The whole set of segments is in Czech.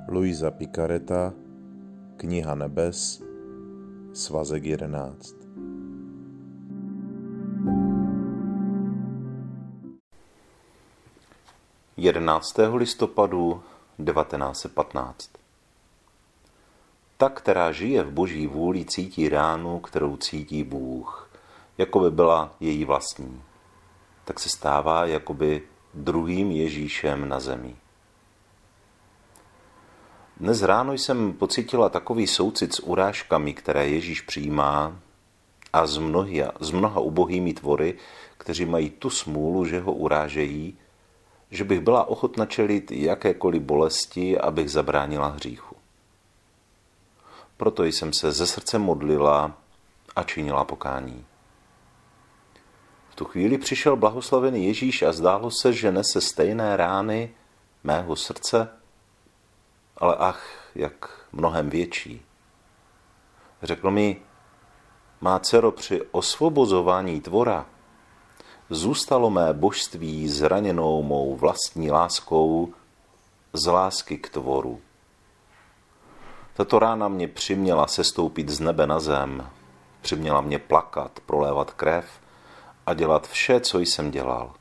Luisa Picareta, Kniha nebes, svazek 11. listopadu 1915. Ta, která žije v Boží vůli, cítí ránu, kterou cítí Bůh, jako by byla její vlastní. Tak se stává jakoby druhým Ježíšem na zemi. Dnes ráno jsem pocítila takový soucit s urážkami, které Ježíš přijímá, a s mnoha ubohými tvory, kteří mají tu smůlu, že ho urážejí, že bych byla ochotna čelit jakékoliv bolesti, abych zabránila hříchu. Proto jsem se ze srdce modlila a činila pokání. V tu chvíli přišel blahoslavený Ježíš a zdálo se, že nese stejné rány mého srdce, ale jak mnohem větší. Řekl mi: má dcero, při osvobozování tvora zůstalo mé božství zraněnou mou vlastní láskou z lásky k tvoru. Tato rána mě přiměla sestoupit z nebe na zem, přiměla mě plakat, prolévat krev a dělat vše, co jsem dělal.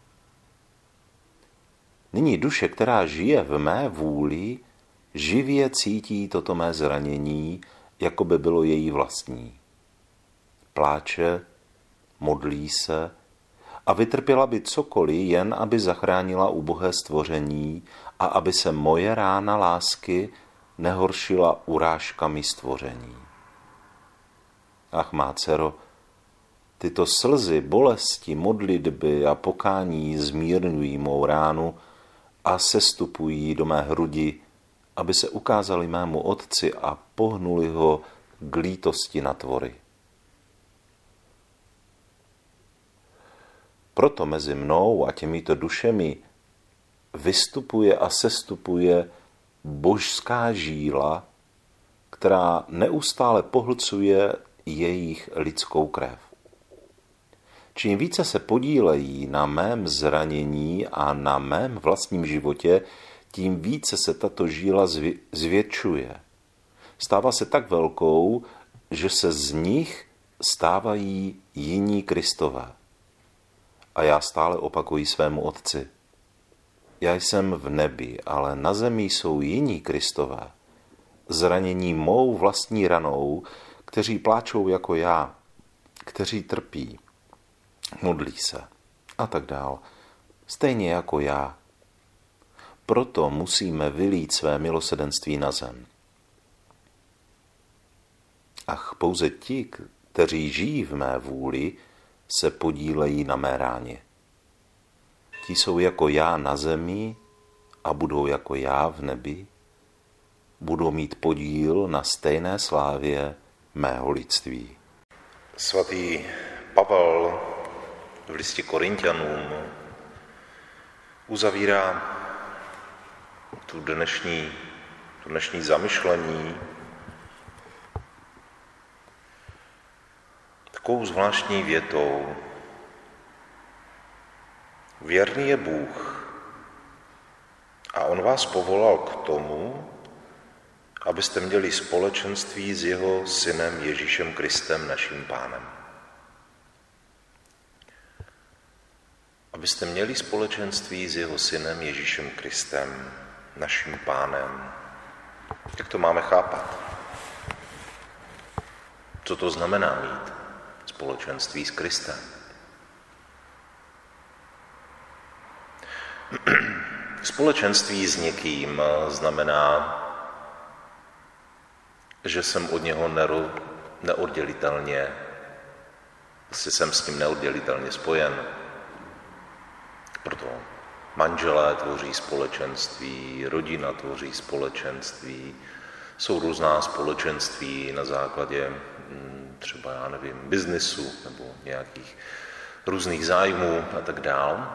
Nyní duše, která žije v mé vůli, živě cítí toto mé zranění, jako by bylo její vlastní. Pláče, modlí se a vytrpěla by cokoliv, jen aby zachránila ubohé stvoření a aby se moje rána lásky nehoršila urážkami stvoření. Ach, má dcero, tyto slzy, bolesti, modlitby a pokání zmírňují mou ránu a sestupují do mé hrudi, aby se ukázali mému Otci a pohnuli ho k lítosti na tvory. Proto mezi mnou a těmito dušemi vystupuje a sestupuje božská žíla, která neustále pohlcuje jejich lidskou krev. Čím více se podílejí na mém zranění a na mém vlastním životě, tím více se tato žíla zvětšuje. Stává se tak velkou, že se z nich stávají jiní Kristové. A já stále opakuji svému Otci: já jsem v nebi, ale na zemi jsou jiní Kristové, zranění mou vlastní ranou, kteří pláčou jako já, kteří trpí, modlí se a tak dál, stejně jako já. Proto musíme vylít své milosedenství na zem. Ach, pouze ti, kteří žijí v mé vůli, se podílejí na mé ráně. Ti jsou jako já na zemi a budou jako já v nebi, budou mít podíl na stejné slávě mého lidství. Svatý Pavel v listě Korinťanům uzavírá tu dnešní zamyšlení takovou zvláštní větou: věrný je Bůh a on vás povolal k tomu, abyste měli společenství s jeho synem Ježíšem Kristem, naším Pánem. Abyste měli společenství s jeho synem Ježíšem Kristem, naším Pánem. Jak to máme chápat? Co to znamená mít společenství s Kristem? Společenství s někým znamená, že jsem od něho neoddělitelně, jsem s ním neoddělitelně spojen. Proto manželé tvoří společenství, rodina tvoří společenství, jsou různá společenství na základě třeba, biznesu nebo nějakých různých zájmů a tak dál.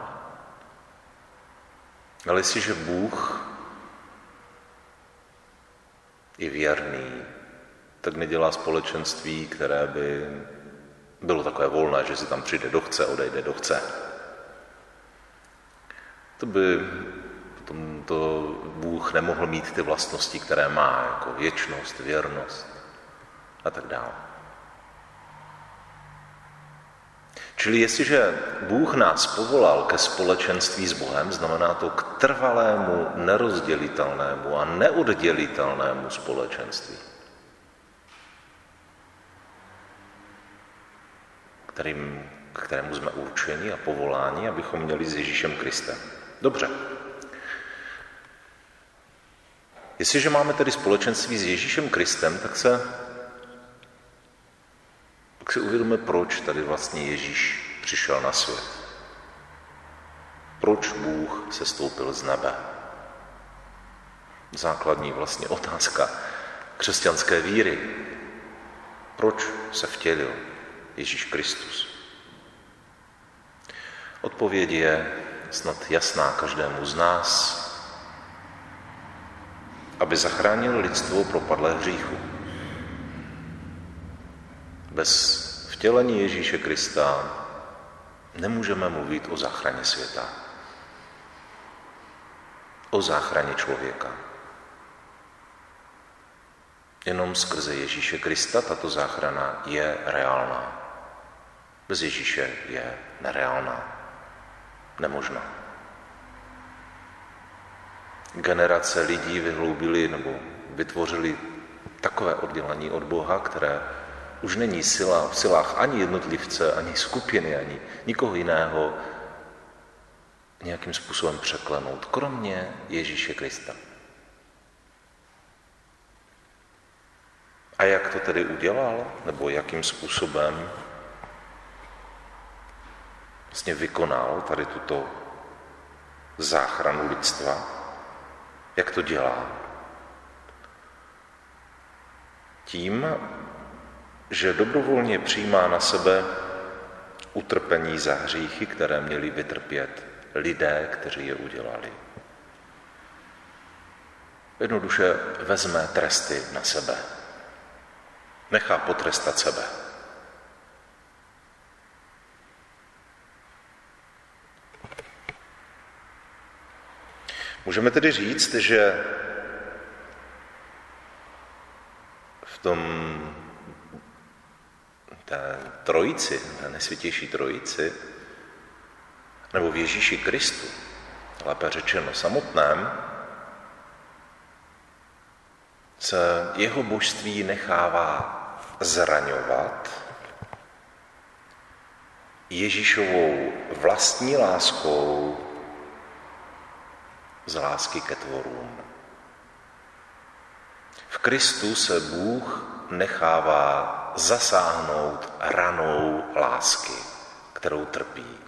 Ale jestliže Bůh je věrný, tak nedělá společenství, které by bylo takové volné, že si tam přijde, kdo chce, odejde, kdo chce. To by To Bůh nemohl mít ty vlastnosti, které má, jako věčnost, věrnost a tak dále. Čili jestliže Bůh nás povolal ke společenství s Bohem, znamená to k trvalému, nerozdělitelnému a neoddělitelnému společenství, k kterému jsme určeni a povoláni, abychom měli s Ježíšem Kristem. Dobře. Jestliže máme tedy společenství s Ježíšem Kristem, tak si uvědomíme, proč tady vlastně Ježíš přišel na svět. Proč Bůh sestoupil z nebe. Základní vlastně otázka křesťanské víry. Proč se vtělil Ježíš Kristus? Odpověď je snad jasná každému z nás, aby zachránil lidstvo propadlé hříchu. Bez vtělení Ježíše Krista nemůžeme mluvit o záchraně světa, o záchraně člověka. Jenom skrze Ježíše Krista tato záchrana je reálná. Bez Ježíše je nereálná, nemožná. Generace lidí vyhloubili nebo vytvořili takové oddělení od Boha, které už není v silách ani jednotlivce, ani skupiny, ani nikoho jiného nějakým způsobem překlenout, kromě Ježíše Krista. A jak to tedy udělal, nebo jakým způsobem vlastně vykonal tady tuto záchranu lidstva? Jak to dělá? Tím, že dobrovolně přijímá na sebe utrpení za hříchy, které měli vytrpět lidé, kteří je udělali. Jednoduše vezme tresty na sebe. Nechá potrestat sebe. Můžeme tedy říct, že v té trojici, té nesvětější trojici, nebo v Ježíši Kristu, lépe řečeno samotném, se jeho božství nechává zraňovat Ježíšovou vlastní láskou z lásky ke tvorům. V Kristu se Bůh nechává zasáhnout ranou lásky, kterou trpí.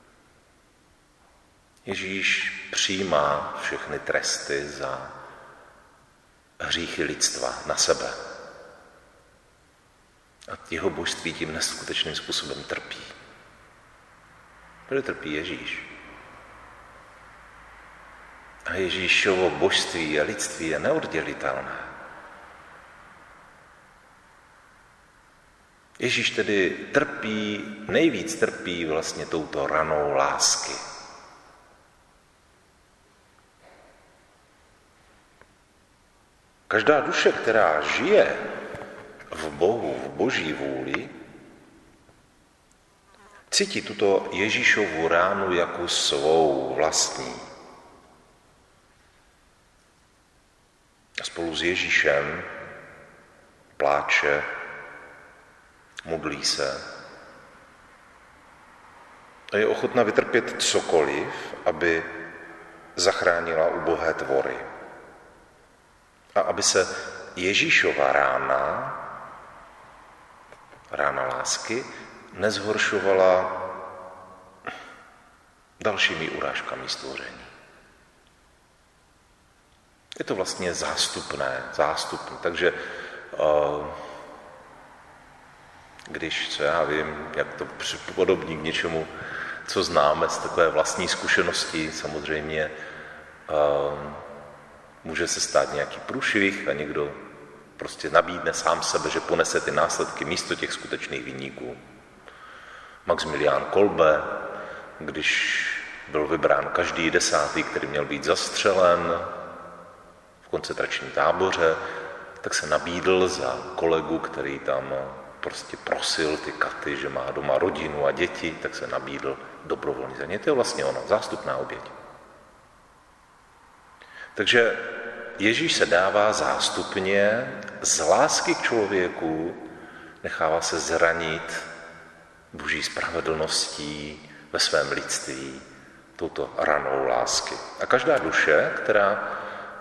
Ježíš přijímá všechny tresty za hříchy lidstva na sebe. A jeho božství tím neskutečným způsobem trpí. Protože trpí Ježíš. A Ježíšovo božství a lidství je neoddělitelné. Ježíš tedy nejvíc trpí vlastně touto ranou lásky. Každá duše, která žije v Bohu, v Boží vůli, cítí tuto Ježíšovu ránu jako svou vlastní. A spolu s Ježíšem pláče, modlí se a je ochotna vytrpět cokoliv, aby zachránila ubohé tvory. A aby se Ježíšova rána lásky, nezhoršovala dalšími urážkami stvoření. Je to vlastně zástupné. Takže když, co já vím, jak to připodobní k něčemu, co známe z takové vlastní zkušenosti, samozřejmě může se stát nějaký průšvih a někdo prostě nabídne sám sebe, že ponese ty následky místo těch skutečných viníků. Maximilián Kolbe, když byl vybrán každý 10., který měl být zastřelen v koncentračním táboře, tak se nabídl za kolegu, který tam prostě prosil ty katy, že má doma rodinu a děti, tak se nabídl dobrovolně za ně. To je vlastně ono, zástupná oběť. Takže Ježíš se dává zástupně z lásky k člověku, nechává se zranit Boží spravedlností ve svém lidství, touto ranou lásky. A každá duše, která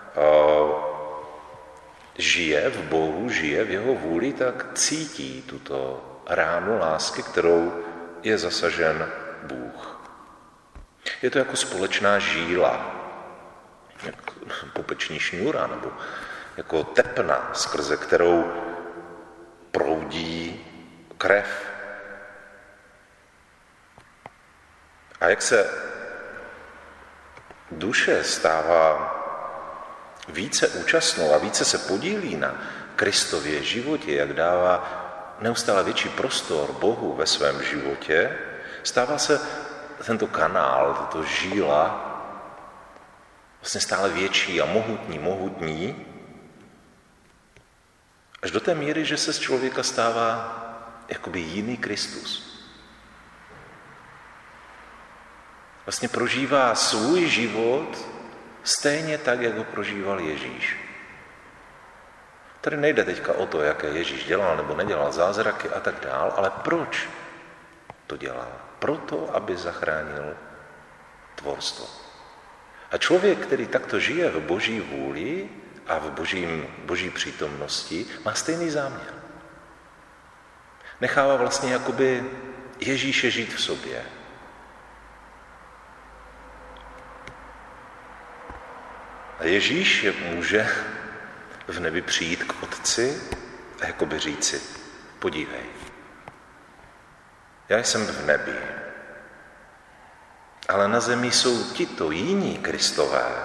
žije v Bohu, žije v jeho vůli, tak cítí tuto ránu lásky, kterou je zasažen Bůh. Je to jako společná žíla, jako pupeční šňůra, nebo jako tepna, skrze kterou proudí krev. A jak se duše stává více účastnou a více se podílí na Kristově životě, jak dává neustále větší prostor Bohu ve svém životě, stává se tento kanál, tato žíla vlastně stále větší a mohutní, až do té míry, že se z člověka stává jakoby jiný Kristus. Vlastně prožívá svůj život stejně tak, jak ho prožíval Ježíš. Tady nejde teďka o to, jaké Ježíš dělal nebo nedělal zázraky a tak dál, ale proč to dělal? Proto, aby zachránil tvorstvo. A člověk, který takto žije v Boží vůli a v Boží přítomnosti, má stejný záměr. Nechává vlastně jakoby Ježíše žít v sobě. A Ježíš může v nebi přijít k Otci a jakoby říci, podívej, já jsem v nebi, ale na zemi jsou tito jiní Kristové.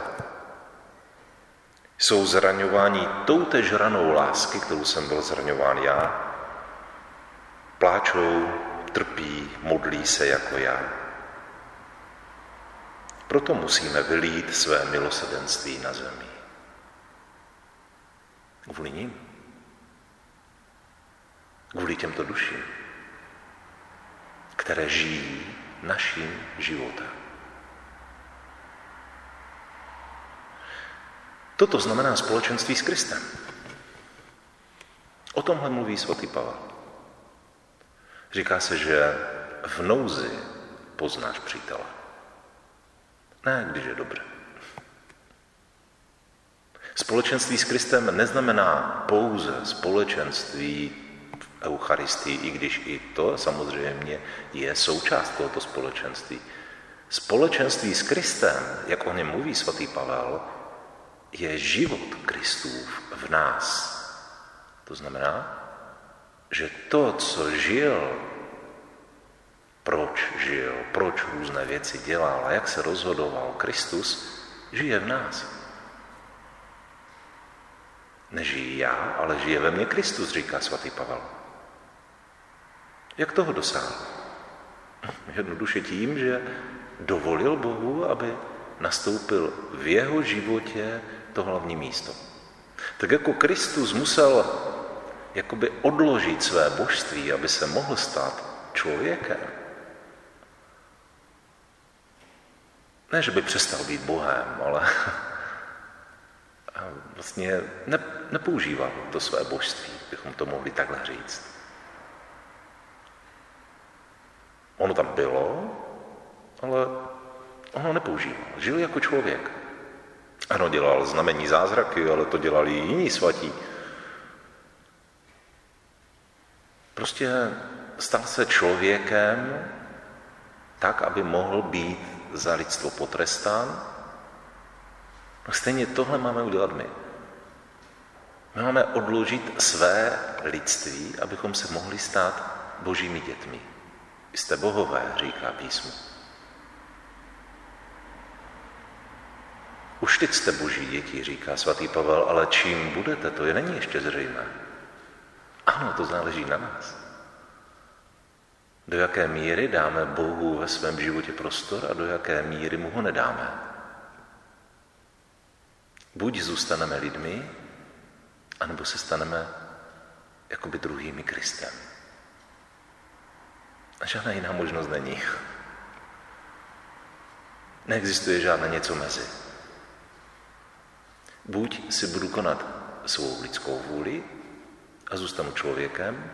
Jsou zraňováni toutéž ranou lásky, kterou jsem byl zraňován já. Pláčou, trpí, modlí se jako já. Proto musíme vylít své milosrdenství na zemi. Kvůli nim. Kvůli těmto duším, které žijí naším životem. Toto znamená společenství s Kristem. O tomhle mluví svatý Pavel. Říká se, že v nouzi poznáš přítele. Ne, když je dobře. Společenství s Kristem neznamená pouze společenství v Eucharistii, i když i to samozřejmě je součást tohoto společenství. Společenství s Kristem, jak o něm mluví svatý Pavel, je život Kristův v nás. To znamená, že to, co žil, proč různé věci dělal a jak se rozhodoval Kristus, žije v nás. Nežijí já, ale žije ve mně Kristus, říká svatý Pavel. Jak toho dosáhl? Jednoduše tím, že dovolil Bohu, aby nastoupil v jeho životě to hlavní místo. Tak jako Kristus musel jakoby odložit své božství, aby se mohl stát člověkem. Ne, že by přestal být Bohem, ale vlastně nepoužíval to své božství, bychom to mohli takhle říct. Ono tam bylo, ale on ho nepoužíval. Žil jako člověk. Ano, dělal znamení zázraky, ale to dělali i jiní svatí. Prostě stal se člověkem tak, aby mohl být za lidstvo potrestán. No stejně tohle máme udělat my. My máme odložit své lidství, abychom se mohli stát božími dětmi. Jste bohové, říká písmo. Už teď jste boží děti, říká svatý Pavel, ale čím budete, to je není ještě zřejmé. Ano, to záleží na nás. Do jaké míry dáme Bohu ve svém životě prostor a do jaké míry mu ho nedáme. Buď zůstaneme lidmi, anebo se staneme jakoby druhými Kristem. A žádná jiná možnost není. Neexistuje žádné něco mezi. Buď si budu konat svou lidskou vůli a zůstanu člověkem,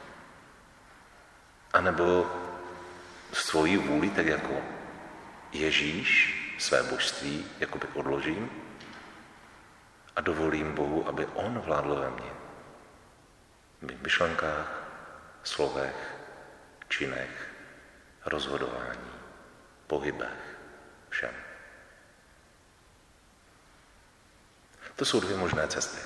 anebo svoji vůli, tak jako Ježíš, své božství, jakoby odložím a dovolím Bohu, aby on vládl ve mně. V mých myšlenkách, slovech, činech, rozhodování, pohybech, všem. To jsou dvě možné cesty.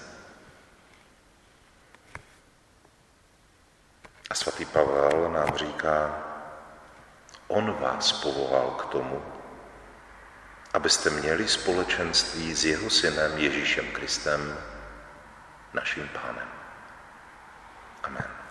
A svatý Pavel nám říká, on vás povolal k tomu, abyste měli společenství s jeho synem Ježíšem Kristem, naším Pánem. Amen.